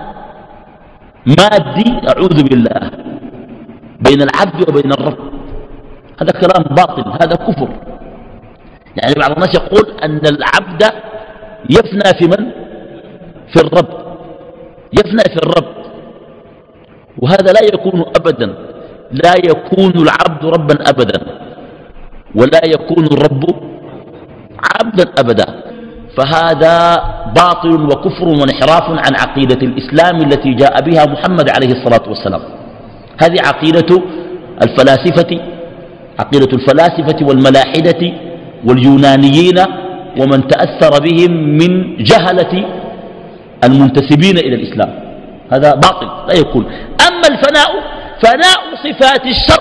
مادي أعوذ بالله بين العبد وبين الرب. هذا كلام باطل، هذا كفر. يعني بعض الناس يقول أن العبد يفنى في من؟ في الرب، يفنى في الرب، وهذا لا يكون أبدا. لا يكون العبد ربا أبدا، ولا يكون الرب عبدا أبدا. فهذا باطل وكفر وانحراف عن عقيدة الإسلام التي جاء بها محمد عليه الصلاة والسلام. هذه عقيدة الفلاسفة والملاحدة واليونانيين ومن تأثر بهم من جهلة المنتسبين إلى الإسلام. هذا باطل لا يكون. أما الفناء فناء صفات الشر،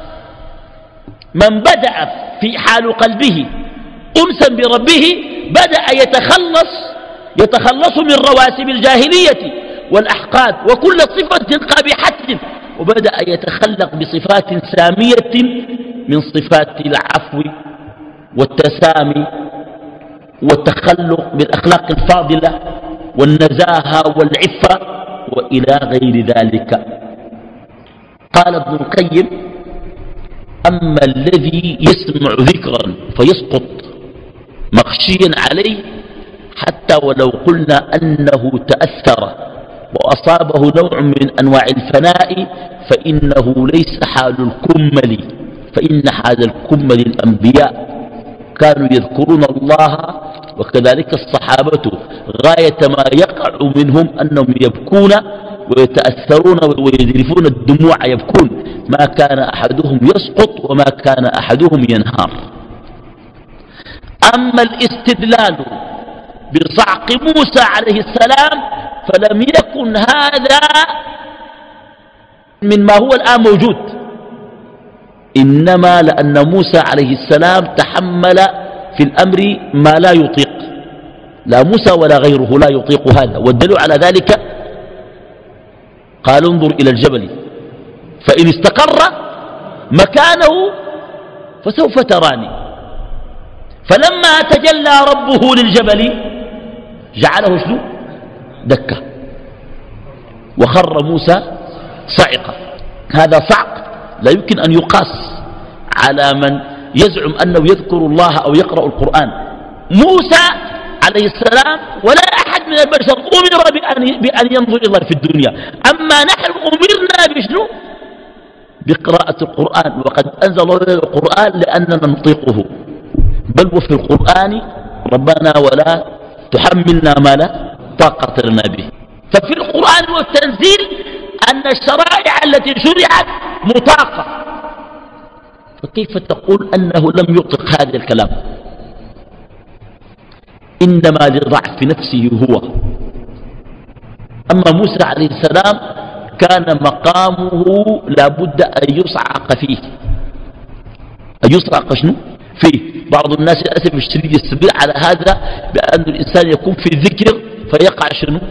من بدأ في حال قلبه أنسا بربه بدأ يتخلص من رواسب الجاهلية والأحقاد وكل صفة قبيحة، وبدأ يتخلق بصفات سامية من صفات العفو والتسامي والتخلق بالأخلاق الفاضلة والنزاهة والعفة وإلى غير ذلك. قال ابن القيم: أما الذي يسمع ذكرا فيسقط مخشيا عليه حتى ولو قلنا أنه تأثر وأصابه نوع من أنواع الفناء فإنه ليس حال الكمل، فإن حال الكمل الأنبياء كانوا يذكرون الله، وكذلك الصحابة غاية ما يقع منهم أنهم يبكون ويتأثرون ويذرفون الدموع يبكون، ما كان أحدهم يسقط وما كان أحدهم ينهار. أما الاستدلال بصعق موسى عليه السلام فلم يكن هذا مما هو الآن موجود، إنما لأن موسى عليه السلام تحمل في الأمر ما لا يطيق، لا موسى ولا غيره لا يطيق هذا. والدليل على ذلك قال: انظر إلى الجبل فإن استقر مكانه فسوف تراني. فلما تجلى ربه للجبل جعله شنو؟ دكة، وخر موسى صعقا. هذا صعق لا يمكن أن يقاس على من يزعم أنه يذكر الله أو يقرأ القرآن. موسى عليه السلام ولا أحد من البشر أمر بأن ينظر إلى الله في الدنيا، أما نحن أمرنا بشنو؟ بقراءة القرآن، وقد أنزل الله القرآن لأننا نطيقه، بل وفي القرآن ربنا ولا تحملنا ما لا طاقة لنا به. ففي القرآن والتنزيل أن الشرائع التي شرعت مطاقة، فكيف تقول أنه لم يطلق هذا الكلام؟ إنما لضعف نفسه هو. أما موسى عليه السلام كان مقامه لابد أن يصعق فيه. أن يصعق شنو؟ فيه. بعض الناس للأسف الشديد يستدل على هذا بأن الإنسان يكون في الذكر فيقع شنو؟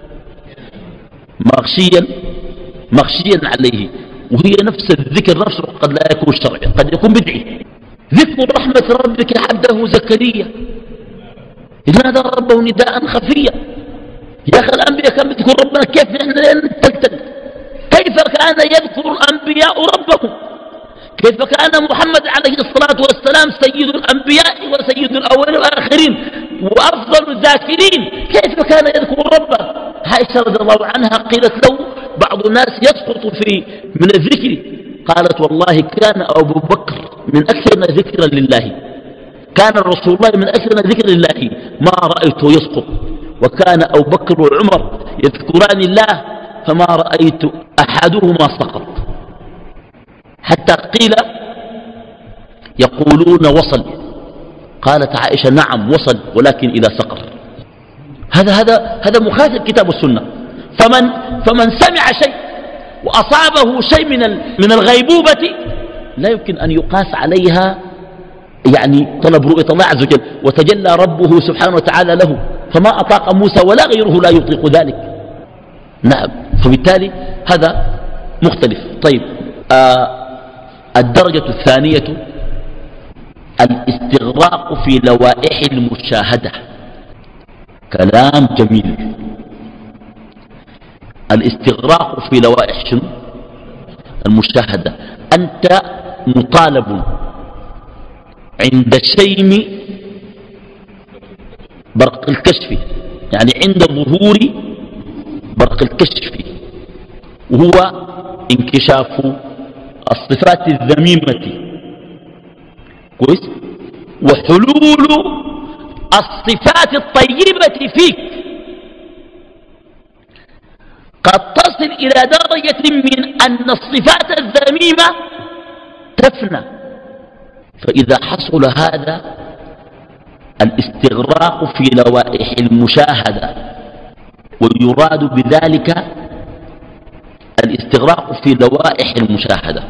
مغشيا عليه، وهي نفس الذكر نفسه قد لا يكون شرعي، قد يكون بدعي. ذكر رحمة ربك عبده زكريا نادى ربه نداء خفيا. يا أخي الأنبياء كانوا يذكرون ربنا، كيف نحن نتلتل؟ كيف كان يذكر الأنبياء ربهم؟ كيف كان محمد عليه الصلاة والسلام سيد الأنبياء وسيد الأولين والآخرين وأفضل الذاكرين، كيف كان يذكر ربه؟ عائشة رضي الله عنها قيلت له بعض الناس يسقط من الذكر، قالت والله كان أبو بكر من أكثرنا ذكرا لله، كان رسول الله من أكثرنا ذكر لله ما رأيته يسقط، وكان أبو بكر وعمر يذكران الله فما رأيت أحدهما سقط، حتى قيل يقولون وصل، قالت عائشة نعم وصل ولكن إلى سقر. هذا مخالف الكتاب والسنة. فمن سمع شيء وأصابه شيء من الغيبوبة لا يمكن أن يقاس عليها يعني طلب رؤية الله عز وجل، وتجلى ربه سبحانه وتعالى له، فما أطاق موسى ولا غيره لا يطيق ذلك. نعم، فبالتالي هذا مختلف. طيب، الدرجة الثانية الاستغراق في لوائح المشاهدة. كلام جميل. الاستغراق في لوائح شنو؟ المشاهدة. أنت مطالب عند شيم برق الكشف، يعني عند ظهور برق الكشف، وهو انكشاف الصفات الذميمة، كويس، وحلول الصفات الطيبة فيك، قد تصل إلى درجة من أن الصفات الذميمة تفنى. فإذا حصل هذا الاستغراق في لوائح المشاهدة، ويراد بذلك الاستغراق في لوائح المشاهدة،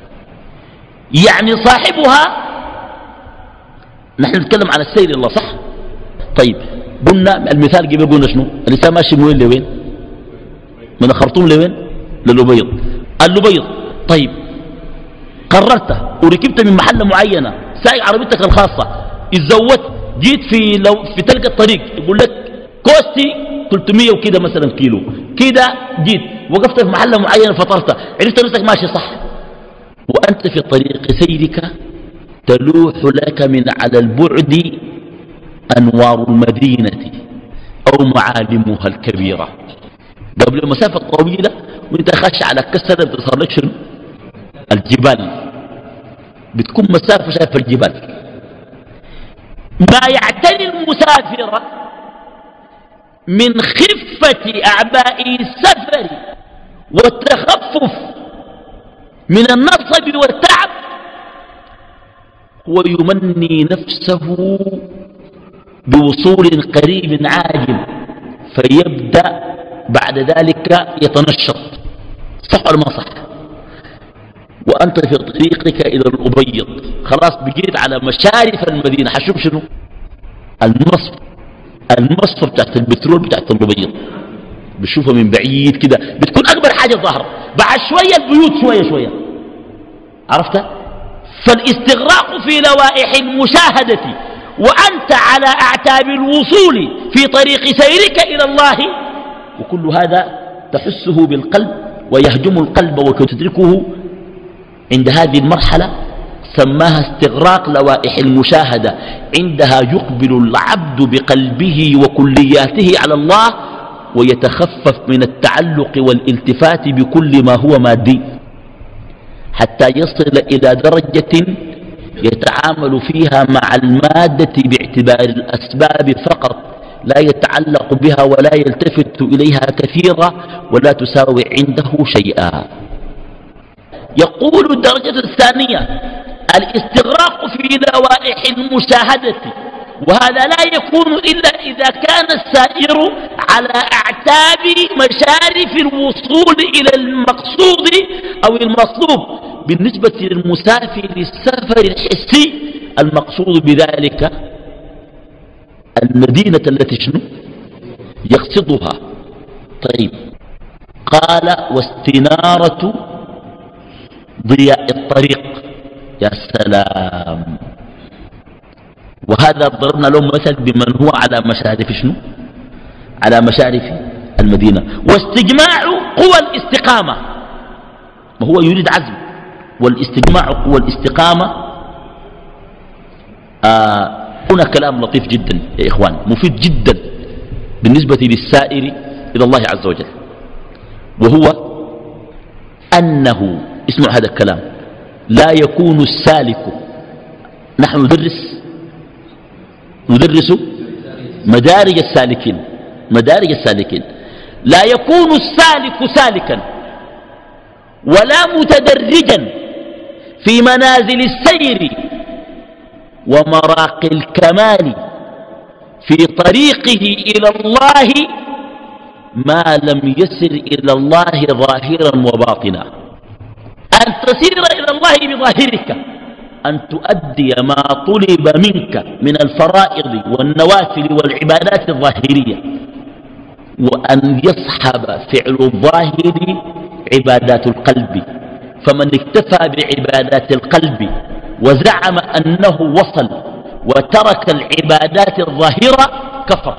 يعني صاحبها، نحن نتكلم عن السير الله صح؟ طيب، قلنا المثال قبل قلنا شنو؟ الإنسان ماشي من وين لوين؟ من الخرطوم لوين؟ للأبيض. اللبيض. طيب، قررت وركبت من محل معينة، سايق عربيتك الخاصة، اتزودت، جيت في تلك الطريق يقول لك كوستي 300 وكده مثلا كيلو كده، جيت وقفت في محل معين فطرت، عرفت نفسك ماشي صح، وأنت في طريق سيرك تلوح لك من على البعد أنوار المدينة أو معالمها الكبيرة. قبل المسافة الطويلة وانت خاش على كسر بتصار لك شنو؟ الجبال، بتكون مسافة شايف الجبال. ما يعتني المسافر من خفة أعباء السفر والتخفف من النصب والتعب، ويمني نفسه بوصول قريب عاجل، فيبدأ بعد ذلك يتنشط، صح ولا ما صح؟ وأنت في طريقك إلى الأبيض، خلاص بقيت على مشارف المدينة، حشوف شنو؟ المصفى بتاعت البترول بتاعت الأبيض، بتشوفها من بعيد كده، بتكون أكبر حاجة ظاهرة، بعد شوية البيوت شوية، عرفت؟ فالاستغراق في لوائح المشاهدة وأنت على أعتاب الوصول في طريق سيرك إلى الله، وكل هذا تحسه بالقلب ويهجم القلب وتدركه عند هذه المرحلة، سماها استغراق لوائح المشاهدة. عندها يقبل العبد بقلبه وكلياته على الله، ويتخفف من التعلق والالتفات بكل ما هو مادي، حتى يصل إلى درجة يتعامل فيها مع المادة باعتبار الأسباب فقط، لا يتعلق بها ولا يلتفت إليها كثيرا ولا تساوي عنده شيئا. يقول الدرجة الثانية الاستغراق في لوائح المشاهدة، وهذا لا يكون إلا إذا كان السائر على أعتاب مشارف الوصول إلى المقصود أو المطلوب. بالنسبة للمسافر السفر الحسي المقصود بذلك المدينة التي شنو يقصدها. طيب، قال واستنارة ضياء الطريق. يا سلام، وهذا ضربنا له مثل بمن هو على مشارف شنو على مشارف المدينة. واستجماع قوى الاستقامة، ما هو يريد عزم، والاستجماع قوى الاستقامة. هنا كلام لطيف جدا يا إخوان، مفيد جدا بالنسبة للسائر إلى الله عز وجل، وهو أنه اسمع هذا الكلام: لا يكون السالك، نحن ندرس مدارج السالكين، لا يكون السالك سالكا ولا متدرجا في منازل السير ومراقي الكمال في طريقه إلى الله ما لم يسر إلى الله ظاهرا وباطنا. أن تسير إلى الله بظاهرك، أن تؤدي ما طلب منك من الفرائض والنوافل والعبادات الظاهرية، وأن يصحب فعل الظاهر عبادات القلب. فمن اكتفى بعبادات القلب وزعم أنه وصل وترك العبادات الظاهرة كفر.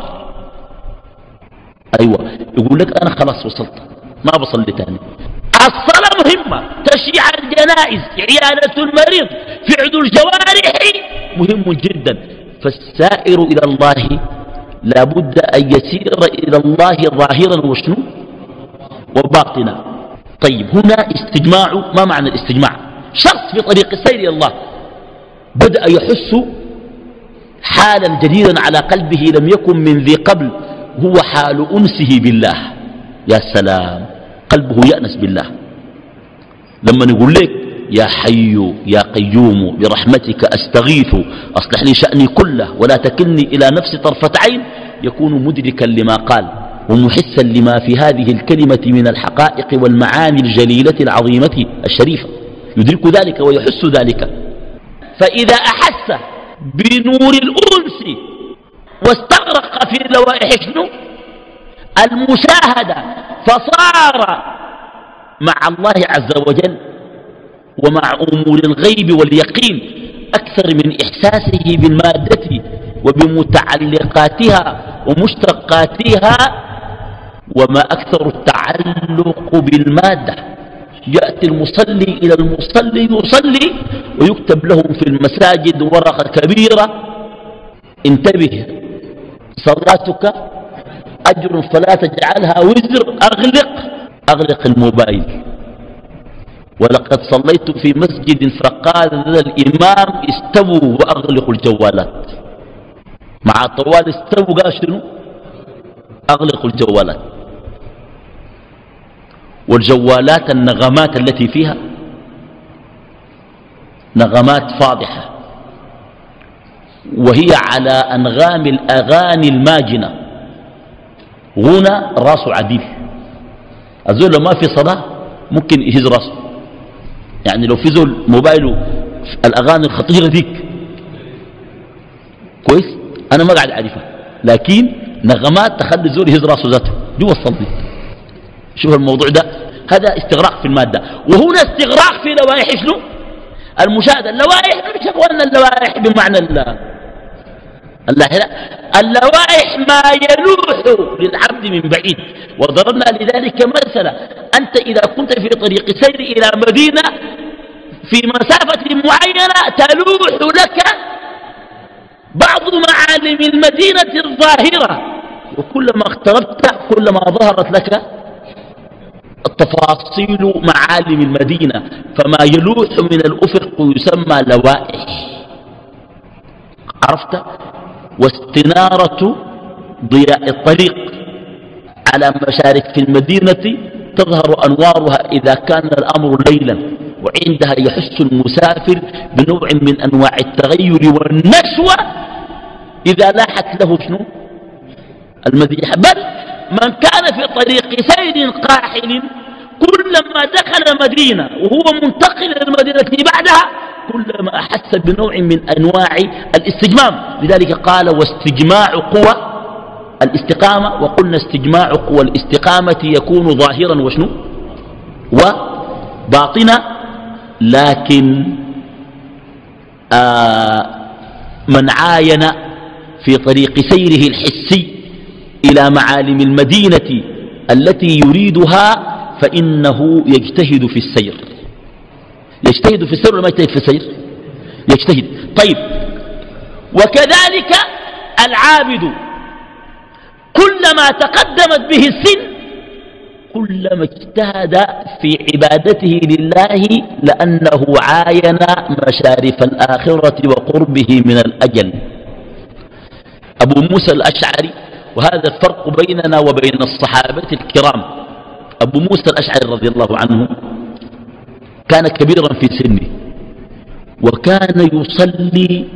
أيوة، يقول لك أنا خلاص وصلت ما بصلي تاني. الصلاة مهمة، تشييع الجنائز، عيادة المريض، فعل الجوارح مهم جدا. فالسائر إلى الله لا بد أن يسير إلى الله ظاهرا وشنو وباطنا. طيب، هنا استجماع. ما معنى الاستجماع؟ شخص في طريق السير إلى الله بدأ يحس حالا جديدا على قلبه لم يكن من ذي قبل، هو حال أنسه بالله. يا سلام، قلبه يأنس بالله. لما نقول لك يا حي يا قيوم برحمتك أستغيث أصلح لي شأني كله ولا تكلني إلى نفسي طرفة عين، يكون مدركا لما قال ومحسا لما في هذه الكلمة من الحقائق والمعاني الجليلة العظيمة الشريفة، يدرك ذلك ويحس ذلك. فإذا أحس بنور الأنس واستغرق في لوائح شنو المشاهدة، فصار مع الله عز وجل ومع أمور الغيب واليقين أكثر من إحساسه بالمادة وبمتعلقاتها ومشتقاتها. وما أكثر التعلق بالمادة. يأتي المصلي إلى المصلي يصلي ويكتب له في المساجد ورقة كبيرة: انتبه صلاتك أجر فلا تجعلها وزر، أغلق الموبايل. ولقد صليت في مسجد فقال الإمام استووا وأغلقوا الجوالات. مع طوال استووا قال شنو؟ أغلقوا الجوالات. والجوالات النغمات التي فيها نغمات فاضحة، وهي على أنغام الأغاني الماجنة، غنى راسه عديل. الزول لو ما في صلاة ممكن يهز راسه، يعني لو في زول موبايله الأغاني الخطيرة ذيك كويس، أنا ما قاعد أعرفها، لكن نغمات تخلي الزول يهز راسه ذاته جوا الصلي. شوف الموضوع ده، هذا استغراق في المادة. وهنا استغراق في لوائح شنو المشاهدة. اللوائح مش أخوانا اللوائح بمعنى اللوائح ما يلوح للعبد من بعيد. وضربنا لذلك مثلا: أنت إذا كنت في طريق السير إلى مدينة في مسافة معينة تلوح لك بعض معالم المدينة الظاهرة، وكلما اقتربت كلما ظهرت لك التفاصيل معالم المدينة. فما يلوح من الأفق يسمى لوائح. عرفت؟ واستنارة ضياء الطريق على مشارف المدينة تظهر أنوارها إذا كان الأمر ليلا، وعندها يحس المسافر بنوع من أنواع التغير والنشوة إذا لاحت له شنو المدينة. بل من كان في طريق سير قاحل كلما دخل المدينة وهو منتقل إلى المدينة بعدها كلما أحس بنوع من أنواع الاستجمام. لذلك قال واستجماع قوى الاستقامة، وقلنا استجماع قوى الاستقامة يكون ظاهرا وشنو وباطنا. لكن من عاين في طريق سيره الحسي إلى معالم المدينة التي يريدها فإنه يجتهد في السير. يجتهد في السير ولا ما يجتهد في السير؟ يجتهد. طيب، وكذلك العابد كلما تقدمت به السن كلما اجتهد في عبادته لله لأنه عاين مشارف الآخرة وقربه من الأجل. أبو موسى الأشعري، وهذا الفرق بيننا وبين الصحابة الكرام، أبو موسى الأشعري رضي الله عنه كان كبيرا في سنه وكان يصلي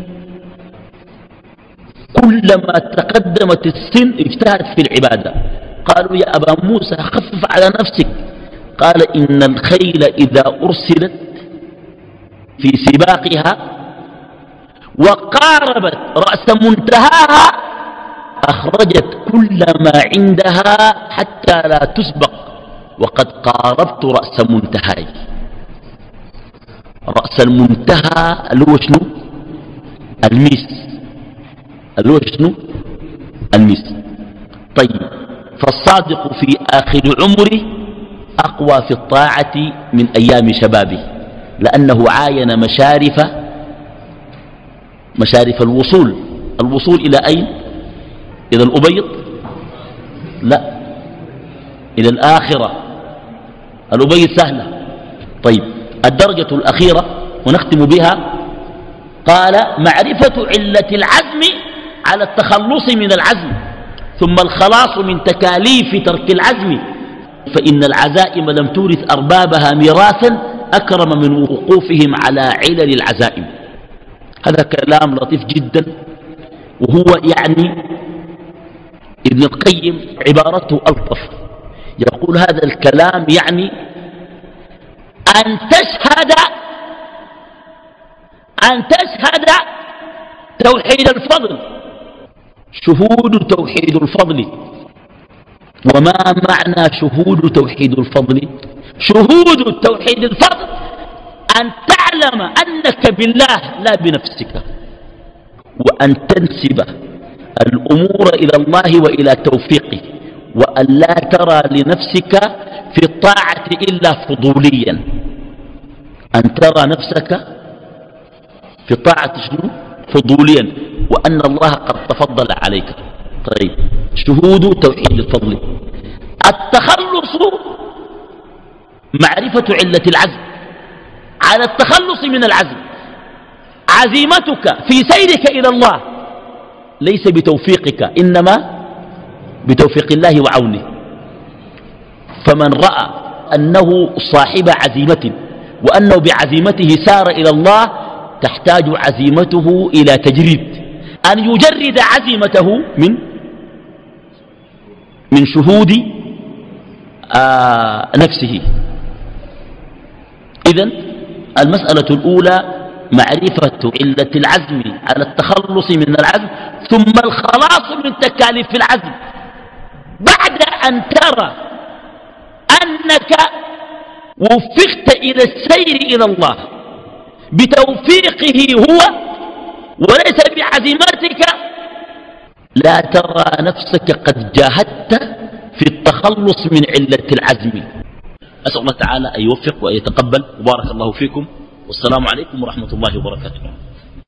كلما تقدمت السن اجتهد في العبادة. قالوا يا أبا موسى خفف على نفسك، قال إن الخيل إذا أرسلت في سباقها وقاربت رأس منتهاها أخرجت كل ما عندها حتى لا تسبق، وقد قاربت رأس منتهاي. رأس المنتهى اللي هو شنو؟ الميس، اللي هو شنو؟ الميس. طيب، فالصادق في آخر عمره أقوى في الطاعة من أيام شبابه، لأنه عاين مشارف الوصول إلى أين؟ إلى الأبيض؟ لا، إلى الآخرة. الأبيض سهلة. طيب، الدرجة الأخيرة ونختم بها، قال معرفة علة العزم على التخلص من العزم، ثم الخلاص من تكاليف ترك العزم، فإن العزائم لم تورث أربابها ميراثا أكرم من وقوفهم على علل العزائم. هذا كلام لطيف جدا، وهو يعني ابن القيم عبارته ألطف. يقول هذا الكلام يعني أن تشهد توحيد الفضل، شهود توحيد الفضل. وما معنى شهود توحيد الفضل؟ شهود توحيد الفضل أن تعلم أنك بالله لا بنفسك، وأن تنسب الأمور إلى الله وإلى توفيقه، وأن لا ترى لنفسك في الطاعة إلا فضوليا. أن ترى نفسك في الطاعة شنو؟ فضوليا، وأن الله قد تفضل عليك. طيب، شهود توحيد الفضل. التخلص معرفة علة العزم على التخلص من العزم، عزيمتك في سيرك إلى الله ليس بتوفيقك إنما بتوفيق الله وعونه. فمن رأى أنه صاحب عزيمة وأنه بعزيمته سار إلى الله تحتاج عزيمته إلى تجريد، أن يجرد عزيمته من شهود نفسه. إذن المسألة الأولى معرفة علة العزم على التخلص من العزم، ثم الخلاص من تكاليف العزم بعد أن ترى أنك وفقت إلى السير إلى الله بتوفيقه هو وليس بعزيمتك. لا ترى نفسك قد جاهدت في التخلص من علة العزم. أسأل الله تعالى أن يوفق وأن يتقبل، وبارك الله فيكم، والسلام عليكم ورحمة الله وبركاته.